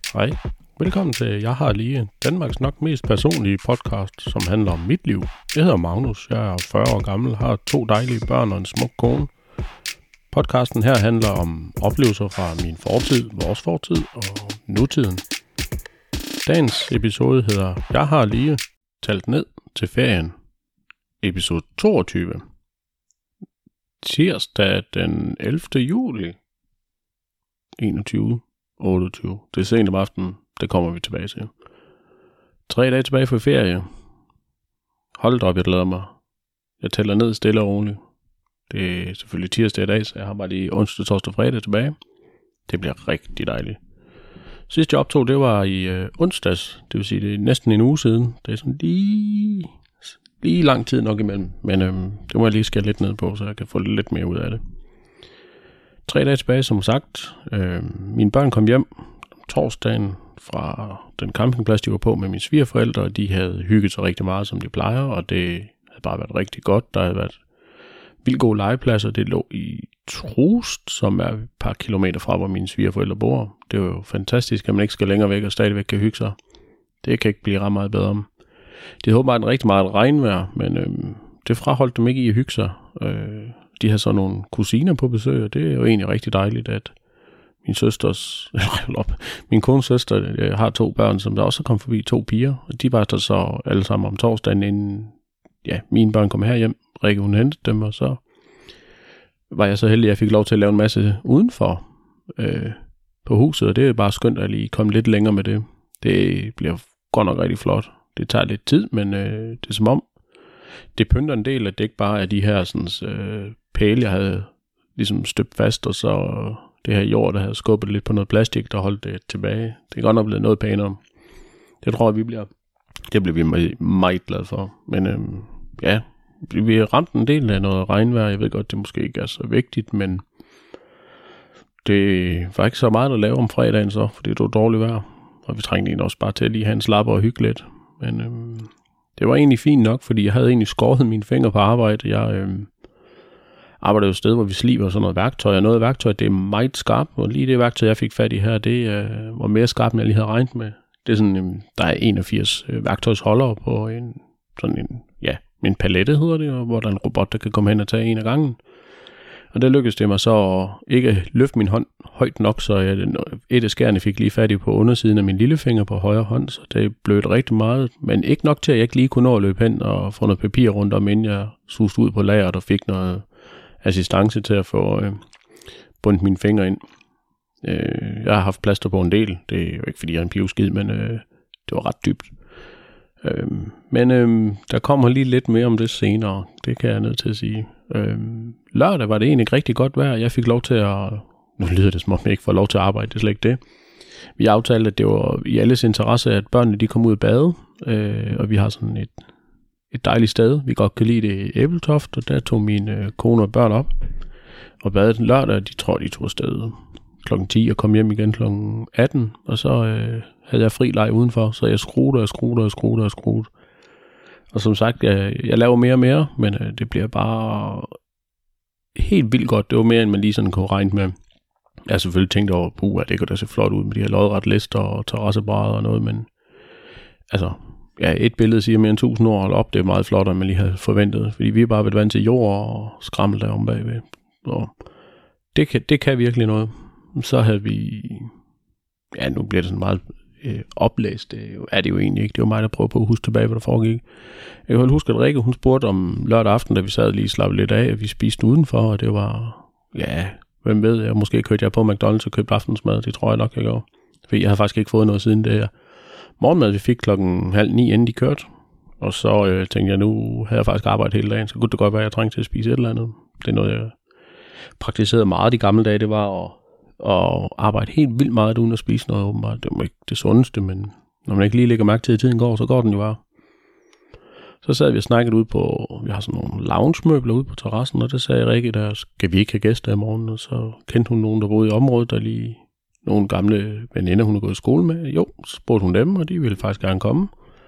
Hej, velkommen til Jeg har lige Danmarks nok mest personlige podcast, som handler om mit liv. Jeg hedder Magnus, jeg er 40 år gammel, har 2 dejlige børn og en smuk kone. Podcasten her handler om oplevelser fra min fortid, vores fortid og nutiden. Dagens episode hedder Jeg har lige talt ned til ferien. Episode 22. Tirsdag den 11. juli 21. 28. Det er sent om aftenen. Det kommer vi tilbage til. 3 dage tilbage for ferie. Hold op, jeg glæder mig. Jeg tæller ned stille og roligt. Det er selvfølgelig tirsdag i dag, så jeg har bare lige onsdag, torsdag og fredag tilbage. Det bliver rigtig dejligt. Sidste jeg optog, det var i onsdags. Det vil sige, det er næsten en uge siden. Det er sådan lige lang tid nok imellem. Men det må jeg lige skære lidt ned på, så jeg kan få lidt mere ud af det. 3 dage tilbage, som sagt. Mine børn kom hjem torsdagen fra den campingplads, de var på med mine svigerforældre, og de havde hygget sig rigtig meget, som de plejer, og det havde bare været rigtig godt. Der havde været vildt gode legepladser. Det lå i Trust, som er et par kilometer fra, hvor mine svigerforældre bor. Det var jo fantastisk, at man ikke skal længere væk og stadigvæk kan hygge sig. Det kan ikke blive ret meget bedre. De havde bare en rigtig meget regnvejr, men det fraholdt dem ikke i at hygge sig. De har så nogle kusiner på besøg, og det er jo egentlig rigtig dejligt, at min kones søster har 2 børn, som der også er kommet forbi, 2 piger, og de var der så alle sammen om torsdagen, inden mine børn kom herhjem. Rikke, hun hentede dem, og så var jeg så heldig, at jeg fik lov til at lave en masse udenfor på huset, og det er bare skønt at lige komme lidt længere med det. Det bliver godt nok rigtig flot. Det tager lidt tid, men det er som om, det pynter en del, at det ikke bare er de her sådan, pæle, jeg havde ligesom støbt fast, og så det her jord, der havde skubbet lidt på noget plastik, der holdt det tilbage. Det er godt nok blevet noget pænere. Det tror jeg, det bliver vi meget glade for. Men vi har ramt en del af noget regnvejr. Jeg ved godt, det måske ikke er så vigtigt, men det var ikke så meget at lave om fredagen så, fordi det var dårligt vejr. Og vi trængte egentlig også bare til at lige have en slapper og hygge lidt. Men det var egentlig fint nok, fordi jeg havde egentlig skåret mine fingre på arbejde. Jeg arbejder jo et sted, hvor vi sliber sådan noget værktøj, og noget værktøj, det er meget skarpt, og lige det værktøj, jeg fik fat i her, det var mere skarpt, end jeg lige havde regnet med. Det er sådan, der er 81 værktøjsholdere på en palette, hedder det, og hvor der er en robot, der kan komme hen og tage en af gangen. Og det lykkedes det mig så at ikke løfte min hånd højt nok, så et af skærene fik lige fat i på undersiden af min lillefinger på højre hånd, så det blødte rigtig meget, men ikke nok til, at jeg ikke lige kunne nå at løbe hen og få noget papir rundt om, inden jeg susede ud på lageret og fik noget assistance til at få bundet mine fingre ind. Jeg har haft plaster på en del. Det er jo ikke, fordi jeg er en pivskid, men det var ret dybt. Men der kommer lige lidt mere om det senere. Det kan jeg nødt til at sige. Lørdag var det egentlig rigtig godt vejr. Jeg fik lov til at... Nu lyder det som om jeg ikke får lov til at arbejde. Det er slet ikke det. Vi aftalte, at det var i alles interesse, at børnene de kom ud og bade. Og vi har sådan et dejligt sted. Vi godt kan lide det Æbeltoft, og der tog mine kone og børn op og badede den lørdag. De tog afsted kl. 10 og kom hjem igen kl. 18, og så havde jeg fri leg udenfor, så jeg skruede. Og som sagt, jeg laver mere og mere, men det bliver bare helt vildt godt. Det var mere, end man lige sådan kunne regne med. Jeg har selvfølgelig tænkt over, at det kunne da se flot ud med de her lodret lister og terrassebrædder og noget, men altså... Ja, et billede siger mere end 1000 år, hold op, det er meget flottere, end man lige havde forventet, fordi vi er bare været vant til jord og skrammel derom bagved. Og det kan virkelig noget. Så havde vi, nu bliver det sådan meget oplæst, det er det jo egentlig ikke, det var mig, der prøvede på at huske tilbage, hvad der foregik. Jeg kan huske, at Rikke, hun spurgte om lørdag aften, da vi sad lige slappet lidt af, og vi spiste udenfor, og det var, hvem ved, jeg måske kørte jeg på McDonald's og købte aftensmad, det tror jeg nok, jeg gjorde. Fordi jeg havde faktisk ikke fået noget siden det her. Morgenmad, vi fik 8:30, inden de kørte. Og så tænkte jeg, nu havde jeg faktisk arbejdet hele dagen, så kunne det godt være, at jeg trængte til at spise et eller andet. Det er noget, jeg praktiserede meget de gamle dage, det var at arbejde helt vildt meget uden at spise noget, åbenbart. Det var ikke det sundeste, men når man ikke lige lægger mærke til, at tiden går, så går den jo bare. Så sad vi og snakkede ud på, vi har sådan nogle lounge-møbler ude på terrassen, og der sagde Rikke, der skal vi ikke have gæster i morgen, og så kendte hun nogen, der boede i området, der lige... Nogle gamle veninder, hun har gået i skole med. Jo, så spurgte hun dem, og de ville faktisk gerne komme.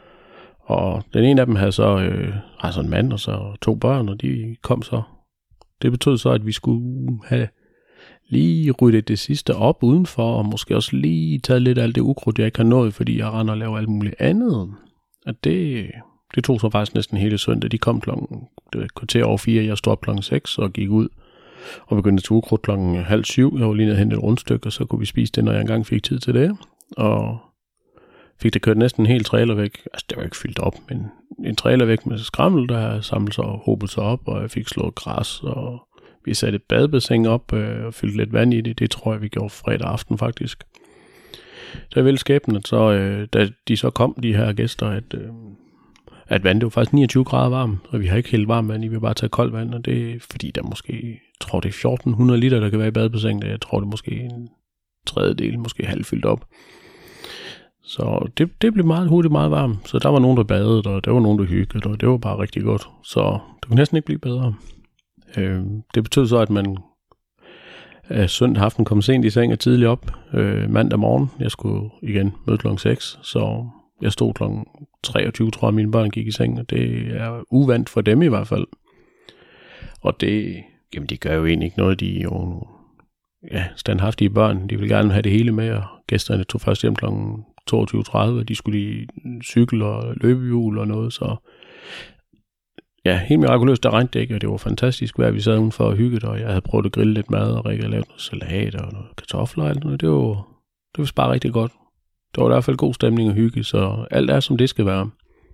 Og den ene af dem havde så en mand og så 2 børn, og de kom så. Det betød så, at vi skulle have lige ryddet det sidste op udenfor, og måske også lige taget lidt af alt det ukrudt, jeg ikke har nået, fordi jeg render og laver alt muligt andet. Og det tog så faktisk næsten hele søndag. De kom kvarter over 4, jeg stod op klokken 6 og gik ud og begyndte at tage ukrudt klokken 6:30. Jeg var lige nede og hente et rundstykke, og så kunne vi spise det, når jeg engang fik tid til det. Og fik det kørt næsten en hel trailer væk. Altså, det var ikke fyldt op, men en trailer væk med skrammel, der samlede sig og hobede sig op, og jeg fik slået græs, og vi satte et badebassin op og fyldte lidt vand i det. Det tror jeg, vi gjorde fredag aften faktisk. Så ville skæbnen, så da de så kom, de her gæster, at vandet var faktisk 29 grader varmt, og vi har ikke helt varmt vand, vi vil bare tage koldt vand, og det er fordi, der måske, jeg tror det er 1400 liter, der kan være i badebassinet. Jeg tror det er måske en tredjedel, måske halvfyldt op. Så det blev meget hurtigt meget varmt. Så der var nogen, der badede, og der var nogen, der hyggede, og det var bare rigtig godt. Så det kunne næsten ikke blive bedre. Det betød så, at man søndag aften kom sent i seng og tidligt op mandag morgen. Jeg skulle igen møde klokken 6, så jeg stod klokken 23, tror jeg, mine børn gik i seng, og det er uvant for dem i hvert fald. Og det, jamen de gør jo egentlig ikke noget, de er jo standhaftige børn. De vil gerne have det hele med, og gæsterne tog først hjem klokken 22.30, og de skulle i cykel og løbehjul og noget, så ja, helt mirakuløst, der regnede det ikke, og det var fantastisk vejr. Vi sad udenfor og hyggede, og jeg havde prøvet at grille lidt mad, og Rikke lavede noget salat og noget kartofler og alt noget. Det var bare rigtig godt. Det var i hvert fald god stemning og hygge, så alt er, som det skal være.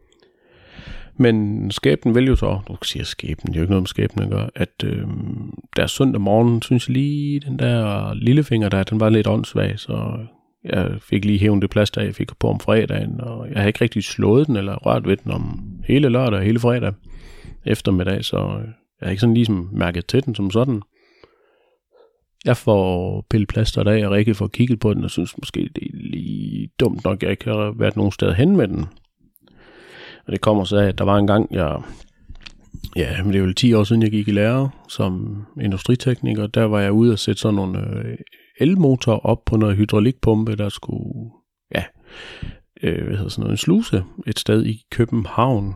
Men skæbnen vil jo så, du siger skæbnen, det er jo ikke noget med skæbnen at gøre, at der søndag morgen, synes jeg lige, den der lillefinger der, den var lidt åndssvag, så jeg fik lige hævet det plads, der jeg fik på om fredagen, og jeg havde ikke rigtig slået den eller rørt ved den om hele lørdag og hele fredag eftermiddag, så jeg har ikke sådan ligesom mærket til den som sådan. Jeg får pillet plaster af, og Rikke får kigget på den, og synes måske, det er lige dumt nok, jeg ikke har været nogen steder hen med den. Og det kommer så af, at der var en gang, men det er jo 10 år siden, jeg gik i lære som industritekniker. Der var jeg ude og sætte sådan nogle elmotor op på noget hydraulikpumpe, der skulle, en sluse et sted i København.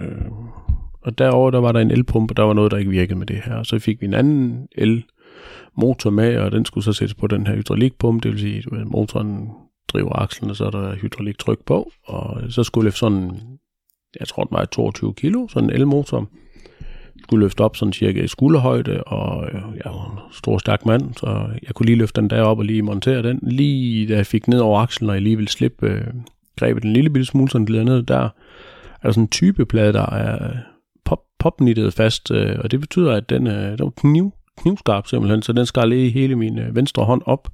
Og derovre, der var der en elpumpe, der var noget, der ikke virkede med det her. Så fik vi en anden elmotor med, og den skulle så sættes på den her hydraulikpumpe, det vil sige, at motoren driver akslen, og så er der hydrauliktryk på, og så skulle løfte sådan, jeg tror det var 22 kilo, sådan en elmotor, skulle løfte op sådan cirka i skulderhøjde, og jeg var en stor stærk mand, så jeg kunne lige løfte den derop og lige montere den. Lige da jeg fik ned over akslen, og jeg lige ville slippe grebet en lille bitte smule, sådan glider ned, der er der sådan en typeplade, der er popnittet fast, og det betyder, at den var knivskarp simpelthen, så den skar lige hele min venstre hånd op.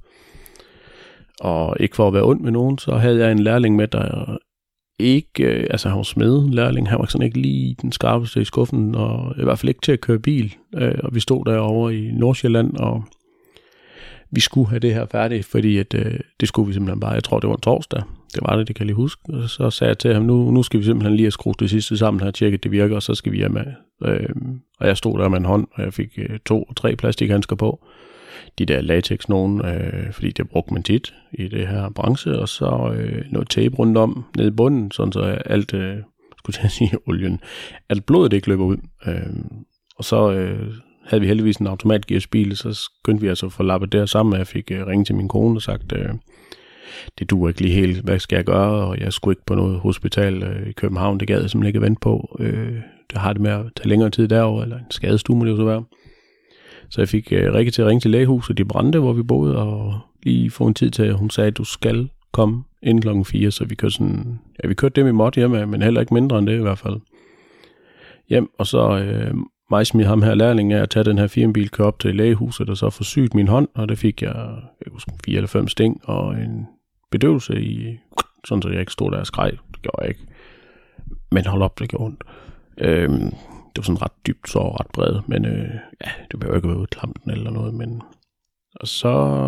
Og ikke for at være ond med nogen, så havde jeg en lærling med, der ikke, han var smedelærling, han var sådan ikke lige den skarpeste i skuffen, og i hvert fald ikke til at køre bil. Og vi stod derovre i Nordsjælland, og vi skulle have det her færdigt, fordi at, det skulle vi simpelthen bare, jeg tror det var en torsdag, det var det, det kan jeg lige huske. Og så sagde jeg til ham, nu skal vi simpelthen lige have skruet det sidste sammen her, tjekke, at det virker, og så skal vi hjem med. Og jeg stod der med en hånd, og jeg fik 2 og 3 plastikhandsker på. De der latex nogen, fordi det brugte man tit i det her branche, og så noget tape rundt om, nede i bunden, sådan så alt, skulle jeg sige, olien, alt blodet ikke løber ud. Og så havde vi heldigvis en automatgearsbil, så skyndte vi altså at få lappet der sammen, og jeg fik ringet til min kone og sagt, det duer ikke lige helt, hvad skal jeg gøre, og jeg skulle ikke på noget hospital i København, det gad jeg simpelthen ikke at vente på. Det har det med at tage længere tid derovre, eller en skadestue må det jo så være. Så jeg fik Rikke til at ringe til lægehuset i Brande, hvor vi boede, og lige få en tid til, at hun sagde, at du skal komme inden klokken 4, så vi kørte sådan, vi kørte det, vi måtte hjemme, men heller ikke mindre end det i hvert fald. Hjem, og så mig smidt ham her lærling af at tage den her firmabil, køre op til lægehuset, og så få sygt min hånd, og det fik jeg husker, 4 eller 5 sting, og en bedøvelse i, sådan så jeg ikke stod der og skreg. Det gjorde jeg ikke. Men hold op, det gjorde ondt. Det var sådan ret dybt så ret bred, men det behøver ikke være udklampen eller noget, men og så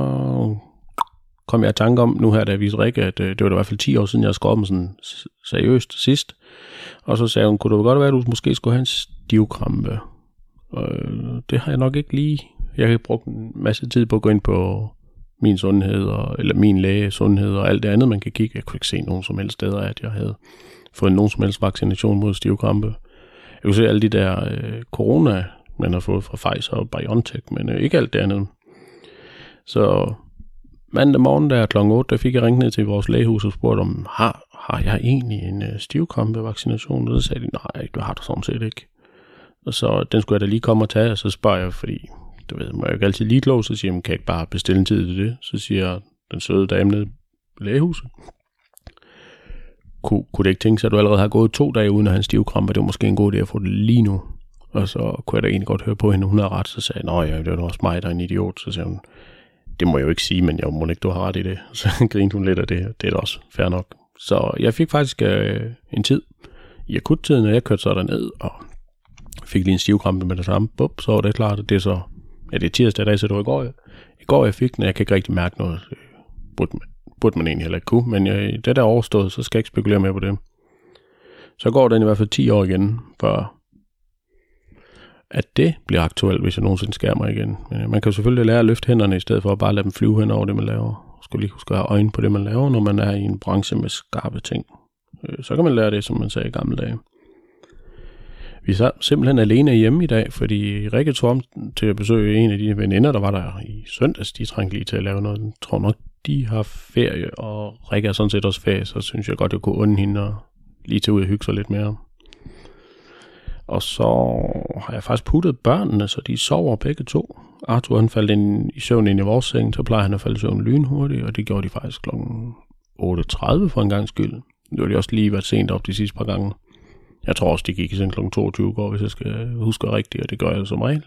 kom jeg i tanke om, nu her da jeg viste Rikke, at det var i hvert fald 10 år siden, jeg skåret mig sådan seriøst sidst, og så sagde hun, kunne det godt være, at du måske skulle have en stivkrampe, og det har jeg nok ikke lige. Jeg har brugt en masse tid på at gå ind på min sundhed, eller min læge sundhed, og alt det andet, man kan kigge. Jeg kunne ikke se nogen som helst steder, at jeg havde fået nogen som helst vaccination mod stivkrampe. Jeg kunne se alle de der corona, man har fået fra Pfizer og BioNTech, men ikke alt det andet. Så mandag morgen der kl. 8, der fik jeg ringet ned til vores lægehus og spurgte om, har jeg egentlig en stivkrampevaccination? Og så sagde de, nej, det har du sådan set ikke. Og så den skulle jeg da lige komme og tage, og så spørger jeg, fordi du ved, må jeg jo ikke altid lige klog, så siger jeg, kan jeg ikke bare bestille en tid til det? Så siger den søde dame nede på lægehuset, kunne det ikke tænke sig, at du allerede har gået 2 dage uden at have en stivkrampe, det var måske en god idé at få det lige nu. Og så kunne jeg da egentlig godt høre på hende, hun har ret, så sagde jeg, ja, det var også mig, der er en idiot. Så sagde hun, det må jeg jo ikke sige, men jeg må ikke, du har ret i det. Så grinte hun lidt af det, det er da også fair nok. Så jeg fik faktisk en tid i akuttiden, og jeg kørte så derned, og fik lige en stivkrampe med det samme. Bup, så var det klart, og det er så, det er tirsdag dag, så det var i går jeg fik den, jeg kan ikke rigtig mærke noget. Burde man egentlig heller ikke kunne, men det der overstået, så skal jeg ikke spekulere mere på det. Så går den i hvert fald 10 år igen, før at det bliver aktuelt, hvis jeg nogensinde skærer mig igen. Men man kan jo selvfølgelig lære at løfte hænderne, i stedet for at bare lade dem flyve hen over det, man laver. Skal lige huske at have øjne på det, man laver, når man er i en branche med skarpe ting. Så kan man lære det, som man sagde i gamle dage. Vi er simpelthen alene hjemme i dag, fordi Rikke tog om til at besøge en af de veninder, der var der i søndags. De trængte lige til at lave noget. Jeg tror nok, de har ferie, og Rikke er sådan set også ferie, så synes jeg godt, jeg kunne unde hende og lige til ud og hygge sig lidt mere. Og så har jeg faktisk puttet børnene, så de sover begge to. Arthur han faldt i søvn ind i vores seng, så plejer han at falde i søvn lynhurtigt, og det gjorde de faktisk kl. 8.30 for en gang skyld. Det var de også lige været sent op de sidste par gange. Jeg tror også, de gik i seng kl. 22 går, hvis jeg skal huske rigtigt, og det gør jeg som regel.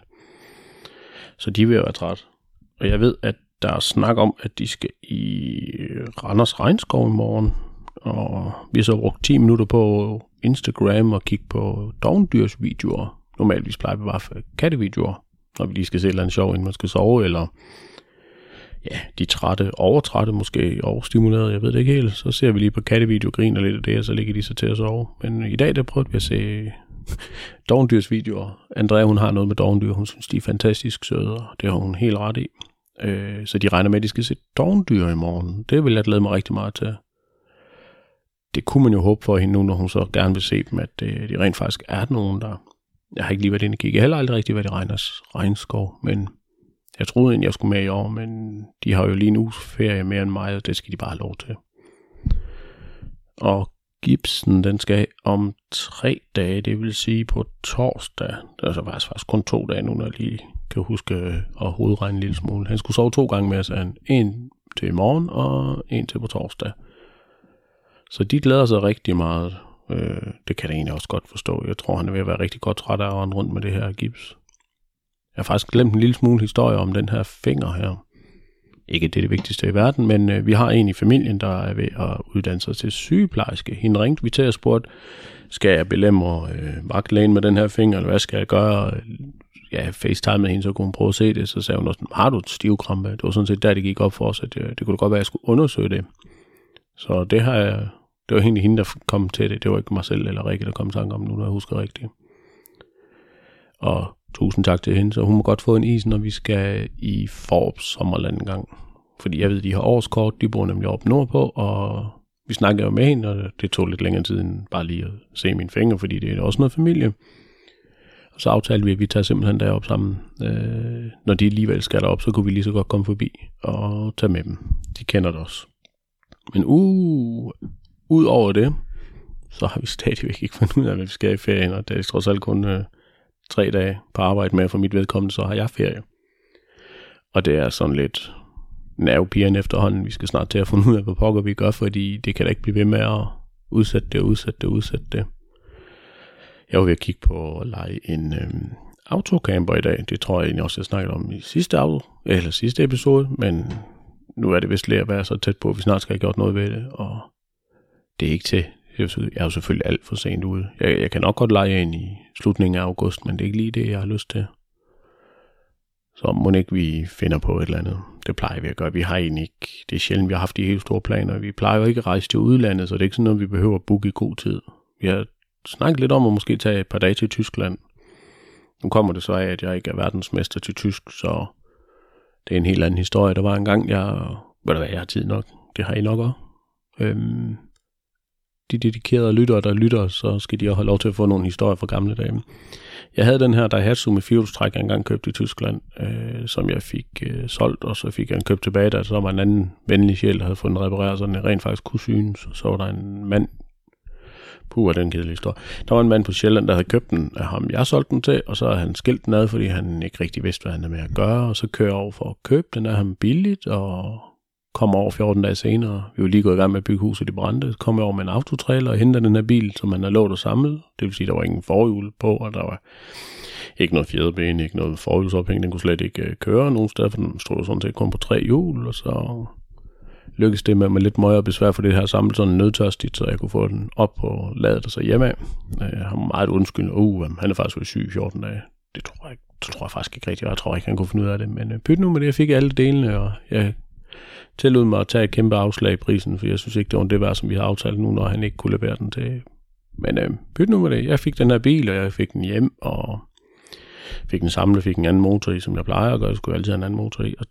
Så de vil være træt. Og jeg ved, at der er snak om, at de skal i Randers Regnskov i morgen. Og vi har så brugt 10 minutter på Instagram og kigge på dovendyrsvideoer. Normalvis plejer vi bare for kattevideoer, når vi lige skal se et eller andet sjov, inden man skal sove, eller ja, de trætte, overtrætte måske, overstimuleret, jeg ved det ikke helt. Så ser vi lige på kattevideo, griner lidt af det, og så ligger de så til at sove. Men i dag, der prøvede vi at se dovendyrsvideoer. Andrea, hun har noget med dovendyr, hun synes, de er fantastisk søde, og det har hun helt ret i. Så de regner med, at de skal se dovendyr i morgen. Det vil jeg glæde mig rigtig meget til. Det kunne man jo håbe for hende nu, når hun så gerne vil se dem, at de rent faktisk er nogen, der... Jeg har ikke lige været inde og kigge. Jeg har heller aldrig rigtig været i Randers Regnskov, men jeg troede egentlig, jeg skulle med i år, men de har jo lige en uges ferie mere end mig, og det skal de bare have lov til. Og gipsen, den skal om 3 dage, det vil sige på torsdag. Det er så faktisk kun 2 dage nu, når jeg lige kan huske at hovedregne en lille smule. Han skulle sove 2 gange med os, en til i morgen og en til på torsdag. Så de glæder sig rigtig meget. Det kan jeg egentlig også godt forstå. Jeg tror, han er ved at være rigtig godt træt af at rende rundt med det her gips. Jeg har faktisk glemt en lille smule historie om den her finger her. Ikke det er det vigtigste i verden, men vi har en i familien, der er ved at uddanne sig til sygeplejerske. Hende ringte vi til og spurgte, skal jeg belemre vagtlægen med den her finger, eller hvad skal jeg gøre? Ja, FaceTime med hende, så kunne hun prøve at se det. Så sagde hun også, har du et stivkrampe? Det var sådan set der, det gik op for os, at det kunne godt være, at jeg skulle undersøge det. Så det var egentlig hende, der kom til det. Det var ikke mig selv eller Rikke, der kom i tanke om nu, når jeg husker rigtigt. Og tusind tak til hende, så hun må godt få en is, når vi skal i Forbes sommerland en gang. Fordi jeg ved, de har årskort, de bor nemlig oppe nordpå, og vi snakkede jo med hende, og det tog lidt længere tid end bare lige at se mine fingre, fordi det er også noget familie. Og så aftalte vi, at vi tager simpelthen derop sammen. Når de alligevel skal derop, så kunne vi lige så godt komme forbi og tage med dem. De kender det også. Men ud over det, så har vi stadigvæk ikke fundet ud af, hvad vi skal i ferien, og det er trods alt kun 3 dage på arbejde med, for mit vedkommende, så har jeg ferie. Og det er sådan lidt nervepirrende efterhånden. Vi skal snart til at finde ud af, hvad pokker vi gør, fordi det kan da ikke blive ved med at udsætte det. Jeg var ved at kigge på at lege en autocamper i dag. Det tror jeg egentlig også, jeg snakkede om i sidste episode, men nu er det vist lidt at være så tæt på, at vi snart skal have gjort noget ved det, og det er ikke til. Jeg er jo selvfølgelig alt for sent ude. Jeg kan nok godt lege ind i slutningen af august, men det er ikke lige det, jeg har lyst til. Så må ikke vi finder på et eller andet. Det plejer vi at gøre. Vi har egentlig ikke, det er sjældent, vi har haft de helt store planer. Vi plejer jo ikke at rejse til udlandet, så det er ikke sådan noget, vi behøver at booke i god tid. Vi har snakket lidt om at måske tage et par dage til Tyskland. Nu kommer det så af, at jeg ikke er verdensmester til tysk, så det er en helt anden historie. Der var en gang, jeg har tid nok. Det har I nok også. de dedikerede lyttere, der lytter, så skal de også have lov til at få nogle historier fra gamle dage. Jeg havde den her Daihatsu med firehjulstræk, jeg engang købte i Tyskland, som jeg fik solgt, og så fik jeg den købt tilbage, da så var en anden venlig sjæl, der havde fået den repareret, så den rent faktisk kunne synes. Så var der en mand, den kedelige historie. Der var en mand på Sjælland, der havde købt den af ham. Jeg solgte den til, og så havde han skilt den ad, fordi han ikke rigtig vidste, hvad han havde med at gøre, og så kører jeg over for at købe den af ham billigt, og kommer over 14 dage senere. Vi var lige gået i gang med at bygge huset i Brande. Så kom jeg over med en autotrailer og hentede den her bil, som man havde lovet at samle. Det vil sige, der var ingen forhjul på, og der var ikke noget fjederben, ikke noget forhjulsophæng. Den kunne slet ikke køre nogen steder, for den stod sådan set kun på 3 hjul, og så lykkedes det med lidt møje og besvær for det her samlet sådan nødtørstigt, så jeg kunne få den op på ladet og så hjemme af. Han var meget undskyldende. Han er faktisk været syg i 14 dage. Det tror jeg faktisk ikke rigtigt. Jeg tror ikke, han kunne finde ud af det. Men pyt nu med det, jeg fik alle delene, og jeg tillod mig at tage et kæmpe afslag i prisen, for jeg synes ikke, det var det værd, som vi har aftalt nu, når han ikke kunne levere den til. Men pyt nu med det. Jeg fik den her bil, og jeg fik den hjem, og fik den samlet, fik en anden motor i, som jeg plejer at gøre. Jeg skulle altid have en anden motor i, og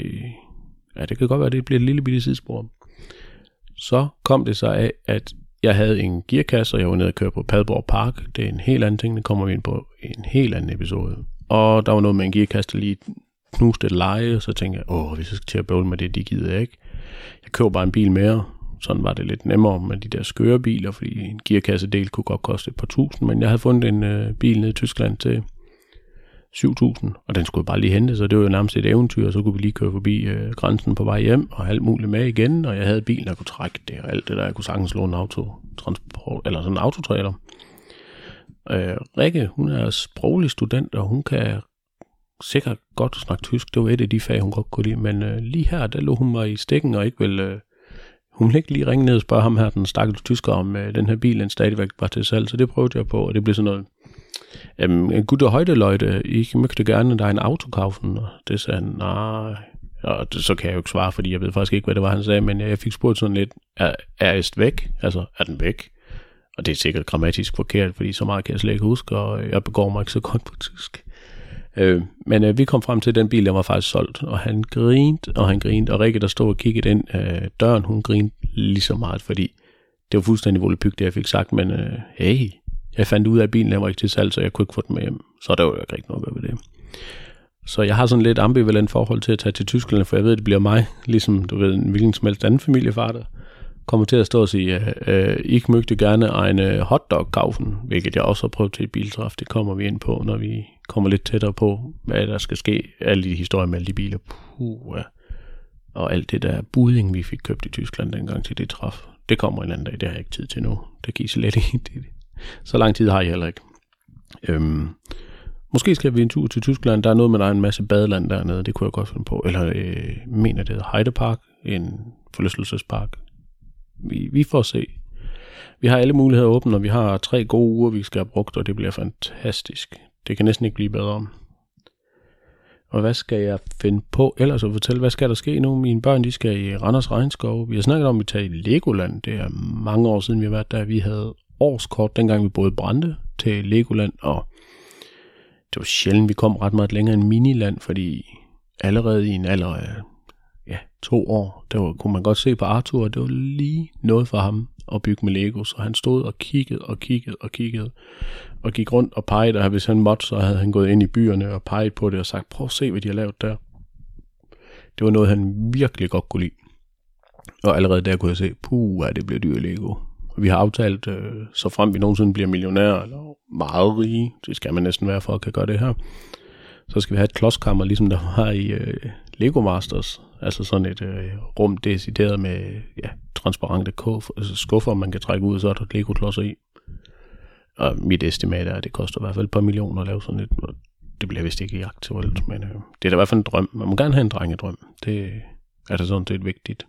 det kan godt være, at det bliver et lille bitte sidespor. Så kom det så af, at jeg havde en gearkasse, og jeg var nede og køre på Padborg Park. Det er en helt anden ting, det kommer vi ind på i en helt anden episode. Og der var noget med en gearkasse, der lige knuste et leje, og så tænkte jeg, hvis jeg skal til at bøvle med det, de gider jeg ikke. Jeg køber bare en bil mere. Sådan var det lidt nemmere med de der skøre biler, fordi en gearkassedel kunne godt koste et par tusind, men jeg havde fundet en bil nede i Tyskland til 7.000, og den skulle bare lige hente, så det var jo nærmest et eventyr, og så kunne vi lige køre forbi grænsen på vej hjem, og alt muligt med igen, og jeg havde bilen, der kunne trække det, og alt det der, jeg kunne sagtens låne en autotransport, eller sådan en autotrailer. Rikke, hun er sproglig student, og hun kan sikkert godt snakke tysk, det var et af de fag, hun godt kunne lide, men lige her, der lå hun mig i stikken, og ikke vil, hun ville ikke lige ringe ned og spørge ham her, den stakkels tysker, om den her bil, den stadigvæk var til salg, så det prøvede jeg på, og det blev sådan noget, gute heute Leute, ich möchte gerne deinen Auto kaufen, og det sagde han, nej, og så kan jeg jo ikke svare, fordi jeg ved faktisk ikke, hvad det var, han sagde, men jeg fik spurgt sådan lidt, er est væk? Altså, er den væk? Og det er sikkert grammatisk forkert, fordi så meget kan jeg slet ikke huske, og jeg begår mig ikke så godt på tysk. Men vi kom frem til, den bil, der var faktisk solgt, og han grinte, og Rikke, der stod og kiggede ind døren, hun grinte lige så meget, fordi det var fuldstændig volapyk, det jeg fik sagt, men hey, jeg fandt ud af, at bilen var ikke til salg, så jeg kunne ikke få den med hjem, så der var jo ikke rigtig noget ved det. Så jeg har sådan lidt ambivalent forhold til at tage til Tyskland, for jeg ved, at det bliver mig, ligesom du ved, en hvilken som helst anden familiefar, der kommer til at stå og sige, ich möchte gerne en hotdog kaufen, hvilket jeg også har prøvet til i biltræf. Det kommer vi ind på, når vi kommer lidt tættere på, hvad der skal ske. Alle de historier med alle de biler. Og alt det der buding, vi fik købt i Tyskland dengang til det træf. Det kommer en anden dag, det har jeg ikke tid til nu. Det giver slet ikke det. Så lang tid har jeg heller ikke. Måske skal vi en tur til Tyskland. Der er noget med, der er en masse badeland dernede. Det kunne jeg godt finde på. Eller mener det hedder Heidepark, en forlystelsespark. Vi får se. Vi har alle muligheder åbne, og vi har 3 gode uger, vi skal have brugt, og det bliver fantastisk. Det kan næsten ikke blive bedre. Og hvad skal jeg finde på ellers at fortælle? Hvad skal der ske nu? Mine børn, de skal i Randers Regnskov. Vi har snakket om, at vi tager i Legoland. Det er mange år siden, vi har været der. Vi havde årskort, dengang vi boede i Brande, til Legoland, og det var sjældent, vi kom ret meget længere end Miniland, fordi allerede i en alder af 2 år, der kunne man godt se på Arthur, og det var lige noget for ham at bygge med Lego, så han stod og kiggede, og gik rundt og pegede, og hvis han måtte, så havde han gået ind i byerne og peget på det og sagt, prøv at se, hvad de har lavet der. Det var noget, han virkelig godt kunne lide. Og allerede der kunne jeg se, det bliver dyrt Lego. Vi har aftalt, så frem vi nogensinde bliver millionærer, eller meget rige, det skal man næsten være for at kan gøre det her, så skal vi have et klodskammer, ligesom der var i Lego Masters, altså sådan et rum decideret med transparente skuffer, man kan trække ud, så er der Lego-klodser i. Og mit estimat er, at det koster i hvert fald et par millioner at lave sådan et. Det bliver vist ikke aktuelt, men det er da i hvert fald en drøm. Man må gerne have en drengedrøm. Det er da sådan set vigtigt.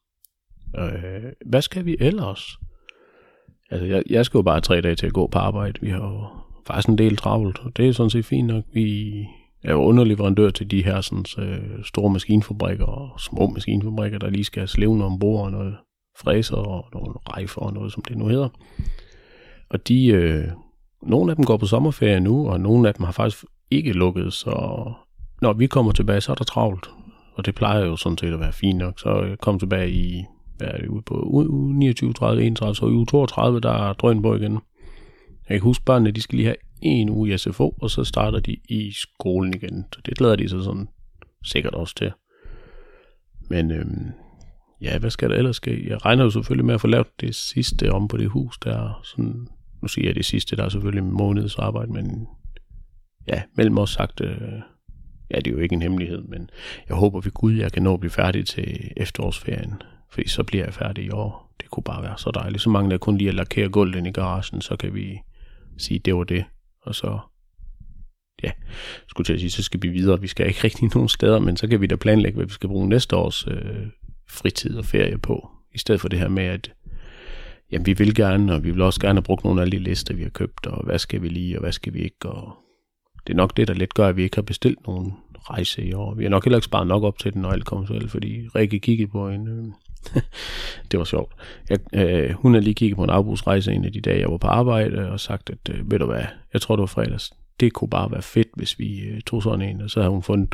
Hvad skal vi ellers? Altså, jeg skal jo bare 3 dage til at gå på arbejde. Vi har jo faktisk en del travlt, og det er sådan set fint nok. Vi er jo underleverandør til de her sådan, store maskinfabrikker og små maskinfabrikker, der lige skal have slevne ombord og noget fræser og nogle rejfer og noget, som det nu hedder. Og nogle af dem går på sommerferie nu, og nogle af dem har faktisk ikke lukket, så når vi kommer tilbage, så er der travlt. Og det plejer jo sådan set at være fint nok. Så jeg kom tilbage i hvad er det ude på uge 29, 30, 31, så i uge 32, der er drøn på igen. Jeg kan huske, børnene, de skal lige have 1 uge i SFO, og så starter de i skolen igen. Så det glæder de sig sådan sikkert også til. Men ja, hvad skal der ellers ske? Jeg regner jo selvfølgelig med at få lavet det sidste om på det hus, der sådan, nu siger jeg det sidste, der er selvfølgelig en måneds arbejde, men ja, mellem os sagt, ja, det er jo ikke en hemmelighed, men jeg håber ved Gud, jeg kan nå at blive færdig til efterårsferien, fordi så bliver jeg færdig i år. Det kunne bare være så dejligt. Så mangler jeg kun lige at lakere gulvet i garagen, så kan vi sige, det var det. Og så, ja, skulle til at sige, så skal vi videre. Vi skal ikke rigtig nogen steder, men så kan vi da planlægge, hvad vi skal bruge næste års fritid og ferie på. I stedet for det her med, at jamen, vi vil gerne, og vi vil også gerne have brugt nogle af de lister, vi har købt, og hvad skal vi lige, og hvad skal vi ikke, og det er nok det, der lidt gør, at vi ikke har bestilt nogen rejse i år. Vi har nok heller ikke sparet nok op til den, når alt kommer til, fordi Rikke kiggede på en... det var sjovt. Hun har lige kigget på en afbudsrejse en af de dage, jeg var på arbejde, og sagt, at ved du hvad, jeg tror det var fredags, det kunne bare være fedt, hvis vi tog sådan en, og så havde hun fundet,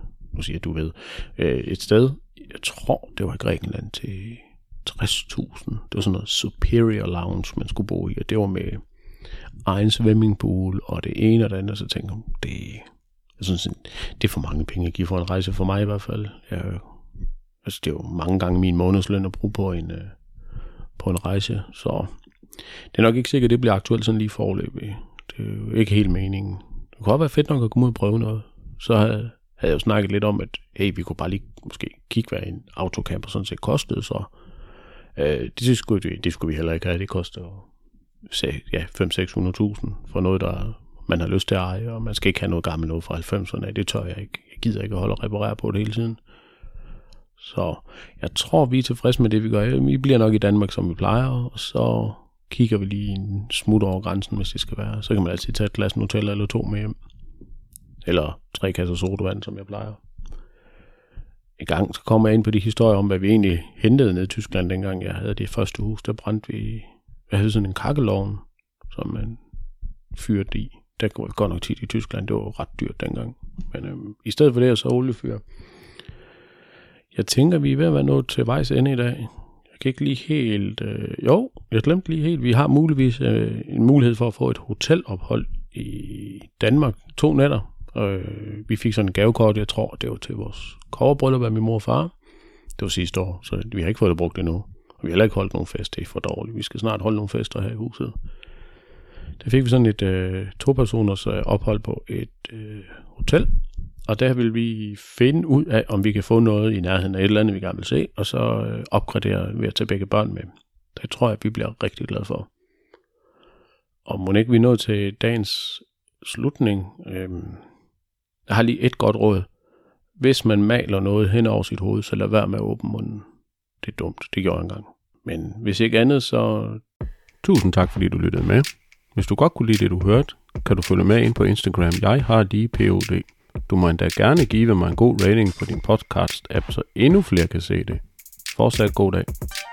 et sted, jeg tror, det var i Grækenland til 60.000. Det var sådan noget Superior Lounge, man skulle bo i, og det var med egen swimmingpool, og det ene og det andet, så tænker jeg, jeg synes, det er for mange penge at give for en rejse, for mig i hvert fald. Altså, det er jo mange gange min månedsløn at bruge på en rejse, så det er nok ikke sikkert, at det bliver aktuelt sådan lige foreløbig. Det er jo ikke helt meningen. Det kunne godt være fedt nok at komme ud og prøve noget. Så havde jeg jo snakket lidt om, at hey, vi kunne bare lige måske kigge, hvad en autocamper sådan set kostede, så det skulle vi heller ikke have. Det koster 500-600.000 for noget, der man har lyst til at eje, og man skal ikke have noget gammelt noget fra 90'erne. Det tør jeg ikke. Jeg gider ikke at holde og reparere på det hele tiden. Så jeg tror, vi er tilfredse med det, vi gør. Vi bliver nok i Danmark, som vi plejer, og så kigger vi lige en smut over grænsen, hvis det skal være. Så kan man altid tage et glas Nutella eller 2 med hjem. Eller 3 kasser sodavand, som jeg plejer. En gang så kommer jeg ind på de historier om, hvad vi egentlig hentede ned i Tyskland, dengang jeg havde det første hus. Der brændte vi... Jeg havde sådan en kakkelovn, som man fyrte i. Der går godt nok tit i Tyskland. Det var ret dyrt dengang. Men i stedet for det, så oliefyr. Jeg tænker, vi er ved at være nået til vejs ende i dag. Jeg kan ikke lige helt... jeg glemte lige helt. Vi har muligvis en mulighed for at få et hotelophold i Danmark 2 nætter. Vi fik sådan en gavekort, jeg tror, det var til vores kobberbryllup af min mor og far. Det var sidste år, så vi har ikke fået det brugt endnu. Og vi har heller ikke holdt nogen fest, det er for dårligt. Vi skal snart holde nogle fester her i huset. Der fik vi sådan et 2-personers ophold på et hotel. Og der vil vi finde ud af, om vi kan få noget i nærheden af et eller andet, vi gerne vil se. Og så opgradere ved at tage begge børn med. Det tror jeg, vi bliver rigtig glade for. Og må ikke vi nå til dagens slutning. Jeg har lige et godt råd. Hvis man maler noget hen over sit hoved, så lad være med at åbne munden. Det er dumt, det gjorde jeg engang. Men hvis ikke andet, så... Tusind tak, fordi du lyttede med. Hvis du godt kunne lide det, du hørte, kan du følge med ind på Instagram. Jeg har DPOD. Du må endda gerne give mig en god rating på din podcast-app, så endnu flere kan se det. Fortsat god dag.